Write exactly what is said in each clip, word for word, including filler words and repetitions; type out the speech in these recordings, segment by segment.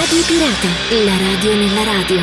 Radio Pirata, la radio nella radio.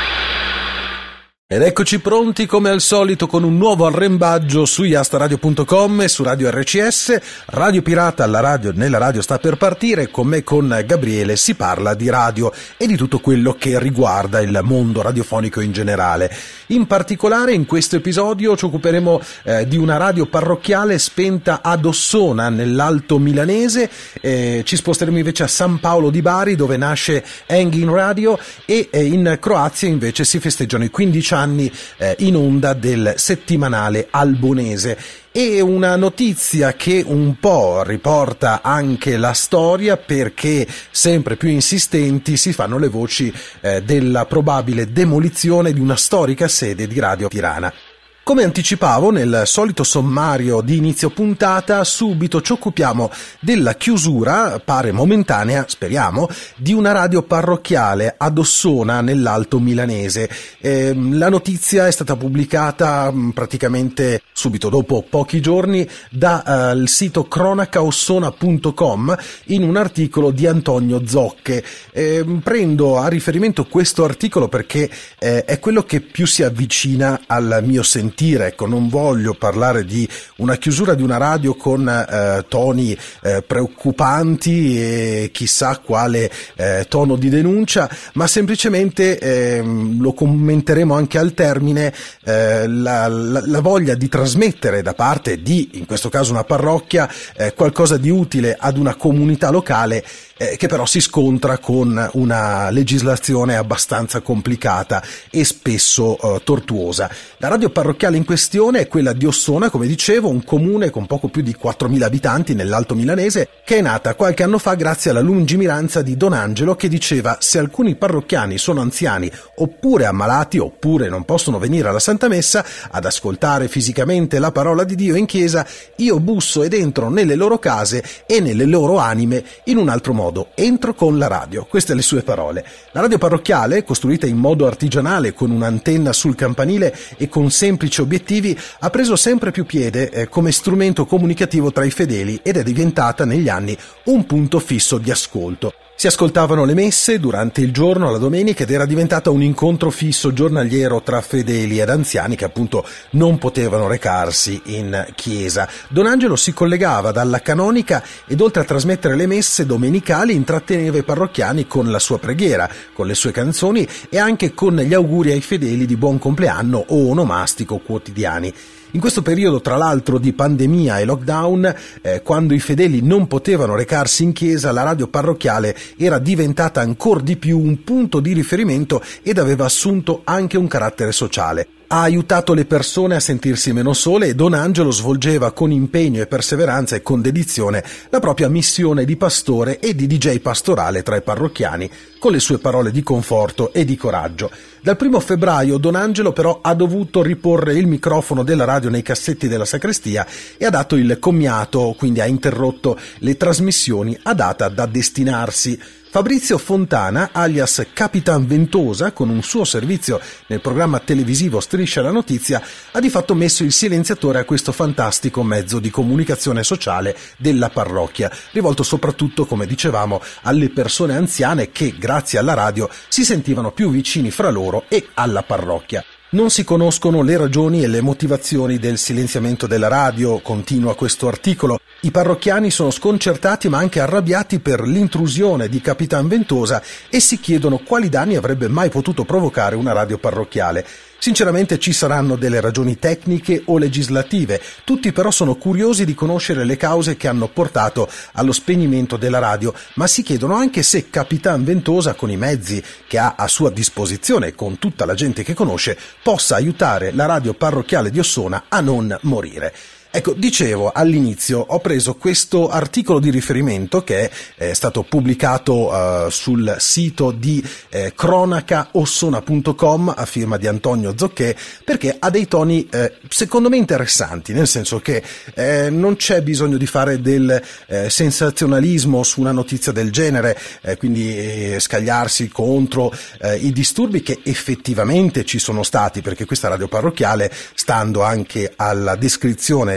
Ed eccoci pronti come al solito con un nuovo arrembaggio su iastaradio punto com e su Radio R C S. Radio Pirata, la radio nella radio sta per partire. Con me, con Gabriele, si parla di radio e di tutto quello che riguarda il mondo radiofonico in generale. In particolare in questo episodio ci occuperemo eh, di una radio parrocchiale spenta ad Ossona nell'Alto Milanese. Eh, ci sposteremo invece a San Paolo di Bari, dove nasce Engin Radio, e eh, in Croazia invece si festeggiano i quindici anni eh, in onda del settimanale albanese. E una notizia che un po' riporta anche la storia, perché sempre più insistenti si fanno le voci eh, della probabile demolizione di una storica sede di Radio Tirana. Come anticipavo nel solito sommario di inizio puntata, subito ci occupiamo della chiusura, pare momentanea, speriamo, di una radio parrocchiale ad Ossona nell'Alto Milanese. Eh, la notizia è stata pubblicata mh, praticamente subito dopo pochi giorni dal uh, sito cronaca ossona punto com in un articolo di Antonio Zocche. Eh, prendo a riferimento questo articolo perché eh, è quello che più si avvicina al mio sentire. Ecco, non voglio parlare di una chiusura di una radio con eh, toni eh, preoccupanti e chissà quale eh, tono di denuncia, ma semplicemente eh, lo commenteremo anche al termine, eh, la, la, la voglia di trasmettere da parte di, in questo caso una parrocchia, eh, qualcosa di utile ad una comunità locale eh, che però si scontra con una legislazione abbastanza complicata e spesso eh, tortuosa. La radio parrocchiale in questione è quella di Ossona, come dicevo, un comune con poco più di quattromila abitanti nell'Alto Milanese, che è nata qualche anno fa grazie alla lungimiranza di Don Angelo, che diceva: se alcuni parrocchiani sono anziani oppure ammalati oppure non possono venire alla Santa Messa ad ascoltare fisicamente la parola di Dio in chiesa, io busso ed entro nelle loro case e nelle loro anime in un altro modo. Entro con la radio. Queste le sue parole. La radio parrocchiale, costruita in modo artigianale con un'antenna sul campanile e con semplici obiettivi, ha preso sempre più piede eh, come strumento comunicativo tra i fedeli ed è diventata negli anni un punto fisso di ascolto. Si ascoltavano le messe durante il giorno, la domenica, ed era diventata un incontro fisso giornaliero tra fedeli ed anziani che appunto non potevano recarsi in chiesa. Don Angelo si collegava dalla canonica ed oltre a trasmettere le messe domenicali intratteneva i parrocchiani con la sua preghiera, con le sue canzoni e anche con gli auguri ai fedeli di buon compleanno o onomastico quotidiani. In questo periodo, tra l'altro, di pandemia e lockdown, eh, quando i fedeli non potevano recarsi in chiesa, la radio parrocchiale era diventata ancor di più un punto di riferimento ed aveva assunto anche un carattere sociale. Ha aiutato le persone a sentirsi meno sole e Don Angelo svolgeva con impegno e perseveranza e con dedizione la propria missione di pastore e di D J pastorale tra i parrocchiani, con le sue parole di conforto e di coraggio. Dal primo febbraio Don Angelo però ha dovuto riporre il microfono della radio nei cassetti della sacrestia e ha dato il commiato, quindi ha interrotto le trasmissioni a data da destinarsi. Fabrizio Fontana, alias Capitan Ventosa, con un suo servizio nel programma televisivo Striscia la Notizia, ha di fatto messo il silenziatore a questo fantastico mezzo di comunicazione sociale della parrocchia, rivolto soprattutto, come dicevamo, alle persone anziane che, grazie alla radio, si sentivano più vicini fra loro e alla parrocchia. Non si conoscono le ragioni e le motivazioni del silenziamento della radio, continua questo articolo. I parrocchiani sono sconcertati ma anche arrabbiati per l'intrusione di Capitan Ventosa e si chiedono quali danni avrebbe mai potuto provocare una radio parrocchiale. Sinceramente ci saranno delle ragioni tecniche o legislative, tutti però sono curiosi di conoscere le cause che hanno portato allo spegnimento della radio, ma si chiedono anche se Capitan Ventosa, con i mezzi che ha a sua disposizione e con tutta la gente che conosce, possa aiutare la radio parrocchiale di Ossona a non morire. Ecco, dicevo all'inizio, ho preso questo articolo di riferimento che è stato pubblicato uh, sul sito di eh, cronaca ossona punto com a firma di Antonio Zocche, perché ha dei toni eh, secondo me interessanti, nel senso che eh, non c'è bisogno di fare del eh, sensazionalismo su una notizia del genere, eh, quindi eh, scagliarsi contro eh, i disturbi che effettivamente ci sono stati, perché questa radio parrocchiale, stando anche alla descrizione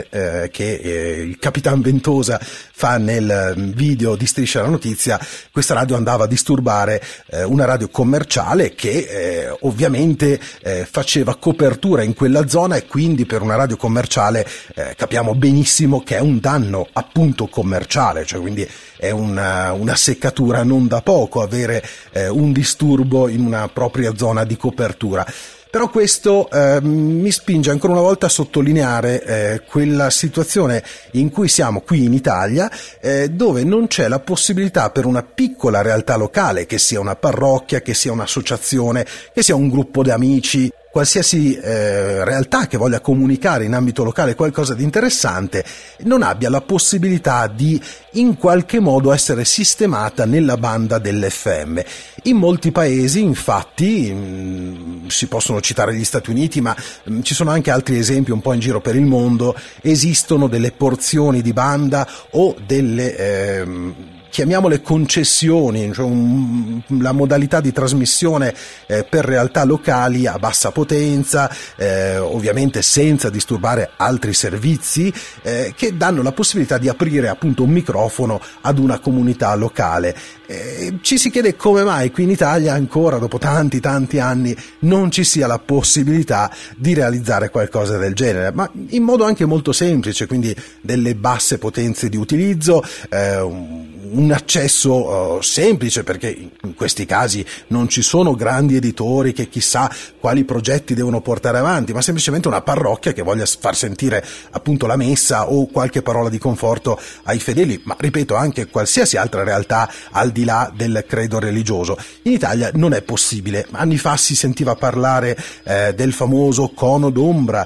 eh, che eh, il Capitan Ventosa fa nel video di Striscia la Notizia, questa radio andava a disturbare eh, una radio commerciale che eh, ovviamente eh, faceva copertura in quella zona, e quindi per una radio commerciale eh, capiamo benissimo che è un danno appunto commerciale, cioè quindi è una, una seccatura non da poco avere eh, un disturbo in una propria zona di copertura. Però questo eh, mi spinge ancora una volta a sottolineare eh, quella situazione in cui siamo qui in Italia, eh, dove non c'è la possibilità per una piccola realtà locale, che sia una parrocchia, che sia un'associazione, che sia un gruppo di amici, qualsiasi eh, realtà che voglia comunicare in ambito locale qualcosa di interessante, non abbia la possibilità di in qualche modo essere sistemata nella banda dell'F M. In molti paesi, infatti, mh, si possono citare gli Stati Uniti, ma mh, ci sono anche altri esempi un po' in giro per il mondo, esistono delle porzioni di banda o delle ehm, chiamiamole concessioni, cioè un, la modalità di trasmissione eh, per realtà locali a bassa potenza, eh, ovviamente senza disturbare altri servizi, eh, che danno la possibilità di aprire appunto un microfono ad una comunità locale. Eh, ci si chiede come mai qui in Italia ancora dopo tanti tanti anni non ci sia la possibilità di realizzare qualcosa del genere, ma in modo anche molto semplice, quindi delle basse potenze di utilizzo, eh, un un accesso uh, semplice, perché in questi casi non ci sono grandi editori che chissà quali progetti devono portare avanti, ma semplicemente una parrocchia che voglia far sentire appunto la messa o qualche parola di conforto ai fedeli, ma ripeto anche qualsiasi altra realtà al di là del credo religioso. In Italia non è possibile. Anni fa si sentiva parlare eh, del famoso cono d'ombra,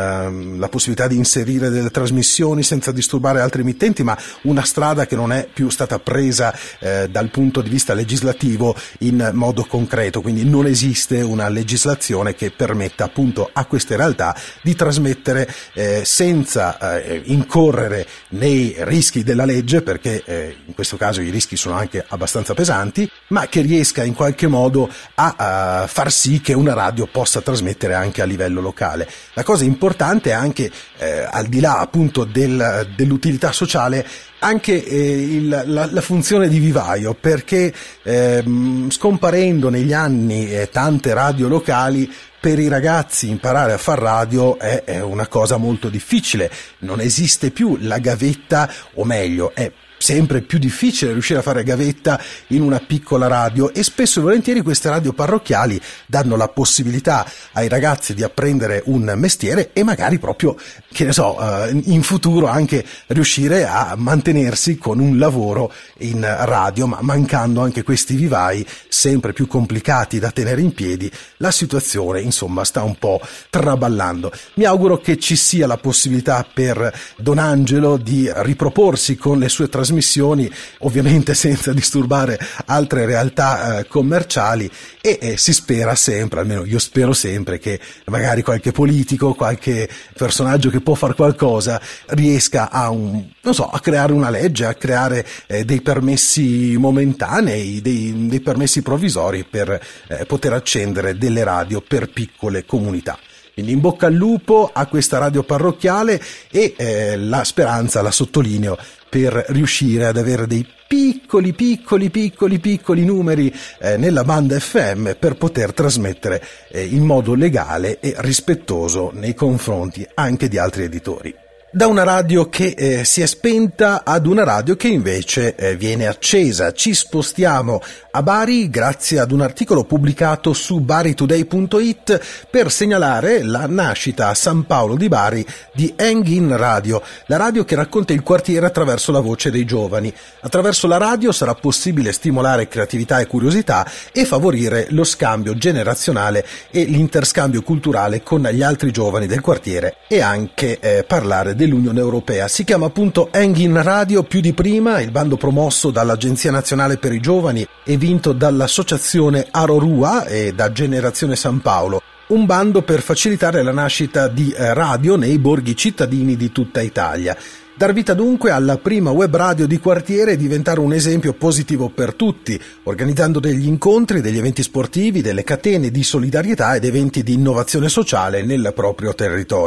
eh, la possibilità di inserire delle trasmissioni senza disturbare altri emittenti, ma una strada che non è più stata presa eh, dal punto di vista legislativo in modo concreto, quindi non esiste una legislazione che permetta appunto a queste realtà di trasmettere eh, senza eh, incorrere nei rischi della legge, perché eh, in questo caso i rischi sono anche abbastanza pesanti, ma che riesca in qualche modo a, a far sì che una radio possa trasmettere anche a livello locale. La cosa importante è anche eh, al di là appunto del, dell'utilità sociale, anche eh, il, la, la funzione di vivaio, perché eh, scomparendo negli anni eh, tante radio locali, per i ragazzi imparare a far radio è, è una cosa molto difficile. Non esiste più la gavetta, o meglio è sempre più difficile riuscire a fare gavetta in una piccola radio, e spesso e volentieri queste radio parrocchiali danno la possibilità ai ragazzi di apprendere un mestiere e magari proprio, che ne so, in futuro anche riuscire a mantenersi con un lavoro in radio, ma mancando anche questi vivai sempre più complicati da tenere in piedi, la situazione insomma sta un po' traballando. Mi auguro che ci sia la possibilità per Don Angelo di riproporsi con le sue trasmissioni, ovviamente senza disturbare altre realtà eh, commerciali, e eh, si spera sempre, almeno io spero sempre, che magari qualche politico, qualche personaggio che può far qualcosa riesca a un, non so, a creare una legge, a creare eh, dei permessi momentanei, dei, dei permessi provvisori per eh, poter accendere delle radio per piccole comunità. Quindi in bocca al lupo a questa radio parrocchiale, e eh, la speranza, la sottolineo, per riuscire ad avere dei piccoli piccoli piccoli piccoli numeri eh, nella banda F M per poter trasmettere eh, in modo legale e rispettoso nei confronti anche di altri editori. Da una radio che eh, si è spenta ad una radio che invece eh, viene accesa. Ci spostiamo a Bari grazie ad un articolo pubblicato su bari today punto it per segnalare la nascita a San Paolo di Bari di Engin Radio, la radio che racconta il quartiere attraverso la voce dei giovani. Attraverso la radio sarà possibile stimolare creatività e curiosità e favorire lo scambio generazionale e l'interscambio culturale con gli altri giovani del quartiere, e anche eh, parlare dell'Unione Europea. Si chiama appunto Engin Radio, più di prima, il bando promosso dall'Agenzia Nazionale per i Giovani e vinto dall'associazione Arorua e da Generazione San Paolo. Un bando per facilitare la nascita di radio nei borghi cittadini di tutta Italia. Dar vita dunque alla prima web radio di quartiere e diventare un esempio positivo per tutti, organizzando degli incontri, degli eventi sportivi, delle catene di solidarietà ed eventi di innovazione sociale nel proprio territorio.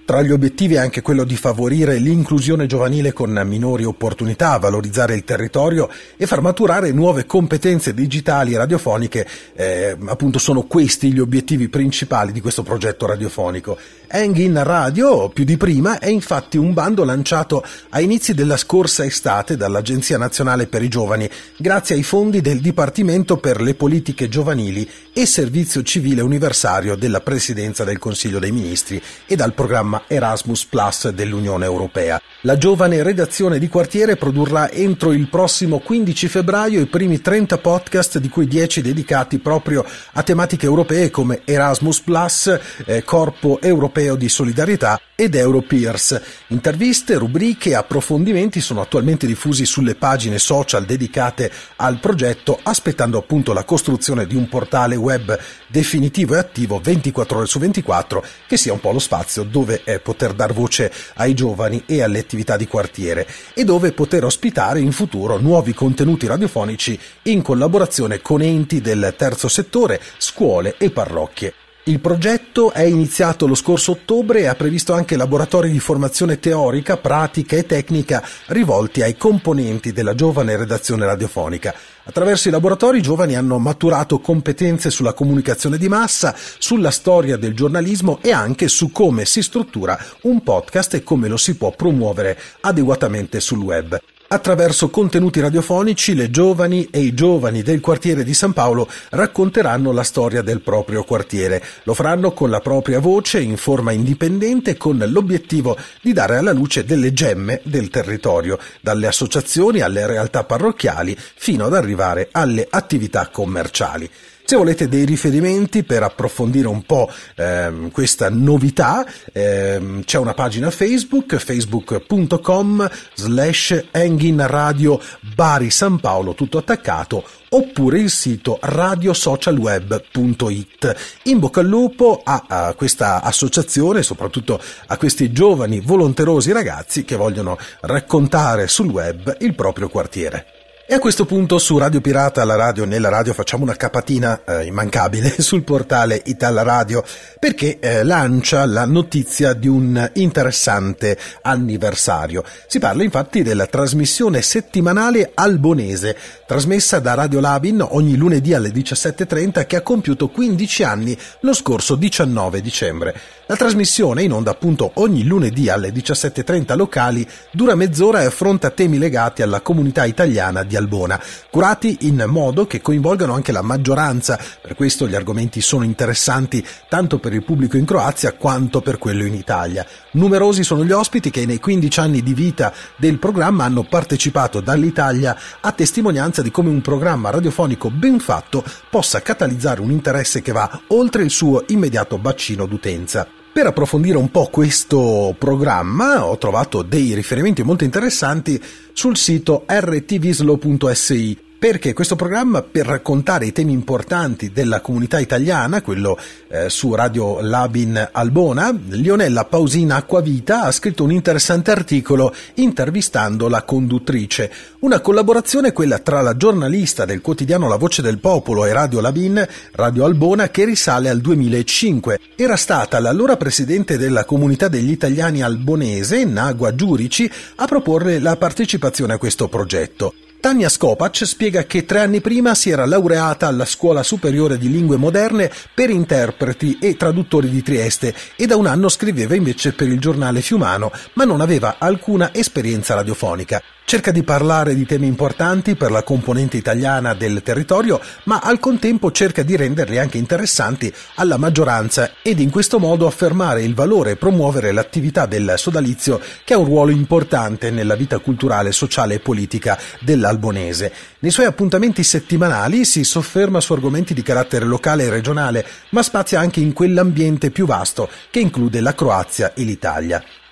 Tra gli obiettivi è anche quello di favorire l'inclusione giovanile con minori opportunità, valorizzare il territorio e far maturare nuove competenze digitali e radiofoniche. Eh, appunto sono questi gli obiettivi principali di questo progetto radiofonico. Hang in Radio, più di prima, è infatti un bando lanciato a inizi della scorsa estate dall'Agenzia Nazionale per i Giovani, grazie ai fondi del Dipartimento per le Politiche Giovanili e Servizio Civile Universario della Presidenza del Consiglio dei Ministri e dal programma Erasmus Plus dell'Unione Europea. La giovane redazione di quartiere produrrà entro il prossimo quindici febbraio i primi trenta podcast, di cui dieci dedicati proprio a tematiche europee come Erasmus Plus, eh, Corpo Europeo di Solidarietà ed Europeers. Interviste, rubriche e approfondimenti sono attualmente diffusi sulle pagine social dedicate al progetto, aspettando appunto la costruzione di un portale web definitivo e attivo ventiquattro ore su ventiquattro, che sia un po' lo spazio dove eh, poter dar voce ai giovani e alle attività di quartiere e dove poter ospitare in futuro nuovi contenuti radiofonici in collaborazione con enti del terzo settore, scuole e parrocchie. Il progetto è iniziato lo scorso ottobre e ha previsto anche laboratori di formazione teorica, pratica e tecnica rivolti ai componenti della giovane redazione radiofonica. Attraverso i laboratori i giovani hanno maturato competenze sulla comunicazione di massa, sulla storia del giornalismo e anche su come si struttura un podcast e come lo si può promuovere adeguatamente sul web. Attraverso contenuti radiofonici le giovani e i giovani del quartiere di San Paolo racconteranno la storia del proprio quartiere. Lo faranno con la propria voce, in forma indipendente, con l'obiettivo di dare alla luce delle gemme del territorio, dalle associazioni alle realtà parrocchiali fino ad arrivare alle attività commerciali. Se volete dei riferimenti per approfondire un po' ehm, questa novità, ehm, c'è una pagina Facebook, facebook punto com slash hanginradio Bari San Paolo, tutto attaccato, oppure il sito radiosocialweb punto it. In bocca al lupo a, a questa associazione, soprattutto a questi giovani volonterosi ragazzi che vogliono raccontare sul web il proprio quartiere. E a questo punto su Radio Pirata, la radio nella radio, facciamo una capatina eh, immancabile sul portale Italia Radio, perché eh, lancia la notizia di un interessante anniversario. Si parla infatti della trasmissione settimanale Albonese, trasmessa da Radio Labin ogni lunedì alle diciassette e trenta, che ha compiuto quindici anni lo scorso diciannove dicembre. La trasmissione, in onda appunto ogni lunedì alle diciassette e trenta locali, dura mezz'ora e affronta temi legati alla comunità italiana di Albona, curati in modo che coinvolgano anche la maggioranza. Per questo gli argomenti sono interessanti tanto per il pubblico in Croazia quanto per quello in Italia. Numerosi sono gli ospiti che nei quindici anni di vita del programma hanno partecipato dall'Italia, a testimonianza di come un programma radiofonico ben fatto possa catalizzare un interesse che va oltre il suo immediato bacino d'utenza. Per approfondire un po' questo programma ho trovato dei riferimenti molto interessanti sul sito r t vislo punto s i, perché questo programma, per raccontare i temi importanti della comunità italiana, quello eh, su Radio Labin Albona, Lionella Pausina Acquavita ha scritto un interessante articolo intervistando la conduttrice. Una collaborazione, quella tra la giornalista del quotidiano La Voce del Popolo e Radio Labin, Radio Albona, che risale al duemilacinque. Era stata l'allora presidente della comunità degli italiani albonese, Nagua Giurici, a proporre la partecipazione a questo progetto. Tania Scopac spiega che tre anni prima si era laureata alla Scuola Superiore di Lingue Moderne per interpreti e traduttori di Trieste e da un anno scriveva invece per il giornale Fiumano, ma non aveva alcuna esperienza radiofonica. Cerca di parlare di temi importanti per la componente italiana del territorio, ma al contempo cerca di renderli anche interessanti alla maggioranza ed in questo modo affermare il valore e promuovere l'attività del sodalizio, che ha un ruolo importante nella vita culturale, sociale e politica dell'Albonese. Nei suoi appuntamenti settimanali si sofferma su argomenti di carattere locale e regionale, ma spazia anche in quell'ambiente più vasto che include la Croazia e l'Italia.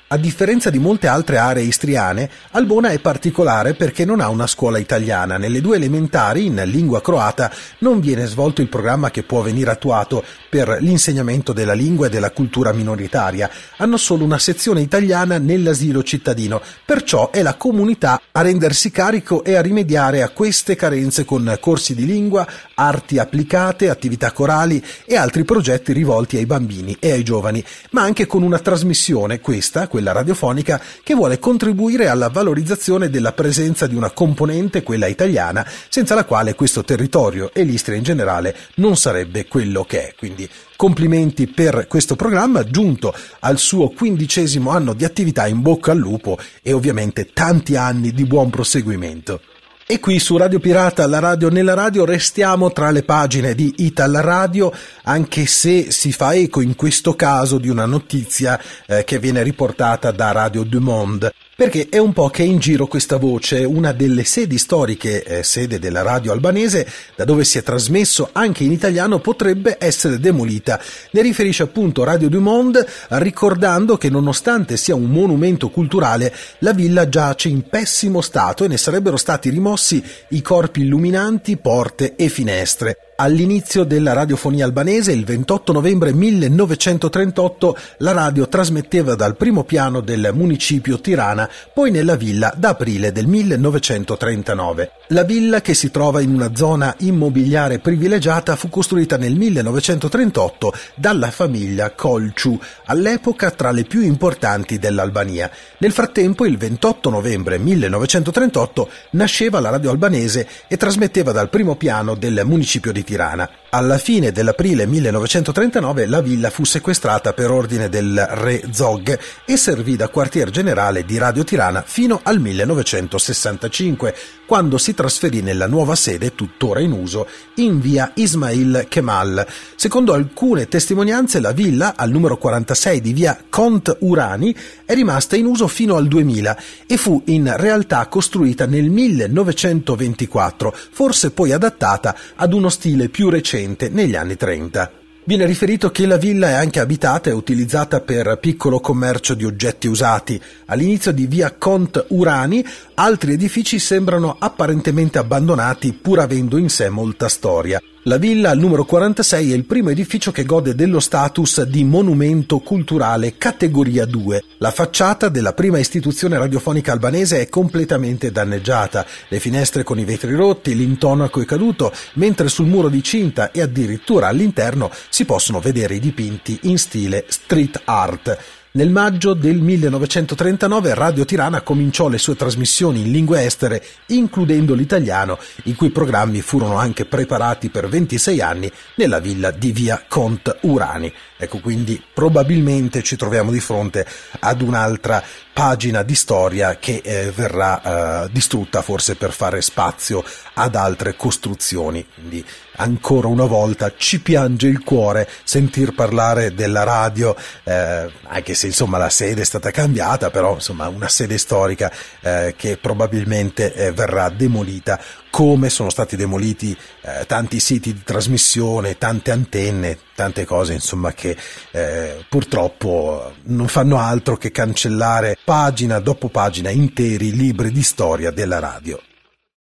A differenza di molte altre aree istriane, Albona è particolare perché non ha una scuola italiana. Nelle due elementari, in lingua croata, non viene svolto il programma che può venire attuato per l'insegnamento della lingua e della cultura minoritaria. Hanno solo una sezione italiana nell'asilo cittadino, perciò è la comunità a rendersi carico e a rimediare a queste carenze con corsi di lingua, arti applicate, attività corali e altri progetti rivolti ai bambini e ai giovani, ma anche con una trasmissione, questa, quella radiofonica, che vuole contribuire alla valorizzazione della presenza di una componente, quella italiana, senza la quale questo territorio e l'Istria in generale non sarebbe quello che è. Quindi complimenti per questo programma, giunto al suo quindicesimo anno di attività, in bocca al lupo e ovviamente tanti anni di buon proseguimento. E qui su Radio Pirata, la radio nella radio, restiamo tra le pagine di Ital Radio, anche se si fa eco in questo caso di una notizia eh, che viene riportata da Radio Du Monde. Perché è un po' che è in giro questa voce, una delle sedi storiche, eh, sede della radio albanese, da dove si è trasmesso anche in italiano, potrebbe essere demolita. Ne riferisce appunto Radio Du Monde, ricordando che nonostante sia un monumento culturale, la villa giace in pessimo stato e ne sarebbero stati rimossi i corpi illuminanti, porte e finestre. All'inizio della radiofonia albanese, il ventotto novembre millenovecentotrentotto, la radio trasmetteva dal primo piano del municipio Tirana, poi nella villa da aprile del millenovecentotrentanove. La villa, che si trova in una zona immobiliare privilegiata, fu costruita nel millenovecentotrentotto dalla famiglia Kolciu, all'epoca tra le più importanti dell'Albania. Nel frattempo, il ventotto novembre millenovecentotrentotto, nasceva la radio albanese e trasmetteva dal primo piano del municipio di Tirana. Alla fine dell'aprile millenovecentotrentanove la villa fu sequestrata per ordine del re Zog e servì da quartier generale di Radio Tirana fino al millenovecentosessantacinque, quando si trasferì nella nuova sede, tuttora in uso, in via Ismail Kemal. Secondo alcune testimonianze, la villa, al numero quarantasei di via Kont Urani, è rimasta in uso fino al duemila e fu in realtà costruita nel millenovecentoventiquattro, forse poi adattata ad uno stile più recente negli anni trenta. Viene riferito che la villa è anche abitata e utilizzata per piccolo commercio di oggetti usati. All'inizio di via Kont Urani altri edifici sembrano apparentemente abbandonati, pur avendo in sé molta storia. La villa al numero quarantasei è il primo edificio che gode dello status di monumento culturale categoria due. La facciata della prima istituzione radiofonica albanese è completamente danneggiata, le finestre con i vetri rotti, l'intonaco è caduto, mentre sul muro di cinta e addirittura all'interno si possono vedere i dipinti in stile street art. Nel maggio del millenovecentotrentanove Radio Tirana cominciò le sue trasmissioni in lingue estere, includendo l'italiano, i cui programmi furono anche preparati per ventisei anni nella villa di via Kont Urani. Ecco, quindi probabilmente ci troviamo di fronte ad un'altra pagina di storia che eh, verrà eh, distrutta, forse per fare spazio ad altre costruzioni. Quindi ancora una volta ci piange il cuore sentir parlare della radio, eh, anche se insomma la sede è stata cambiata, però insomma una sede storica eh, che probabilmente eh, verrà demolita, come sono stati demoliti eh, tanti siti di trasmissione, tante antenne, tante cose insomma che eh, purtroppo non fanno altro che cancellare pagina dopo pagina interi libri di storia della radio.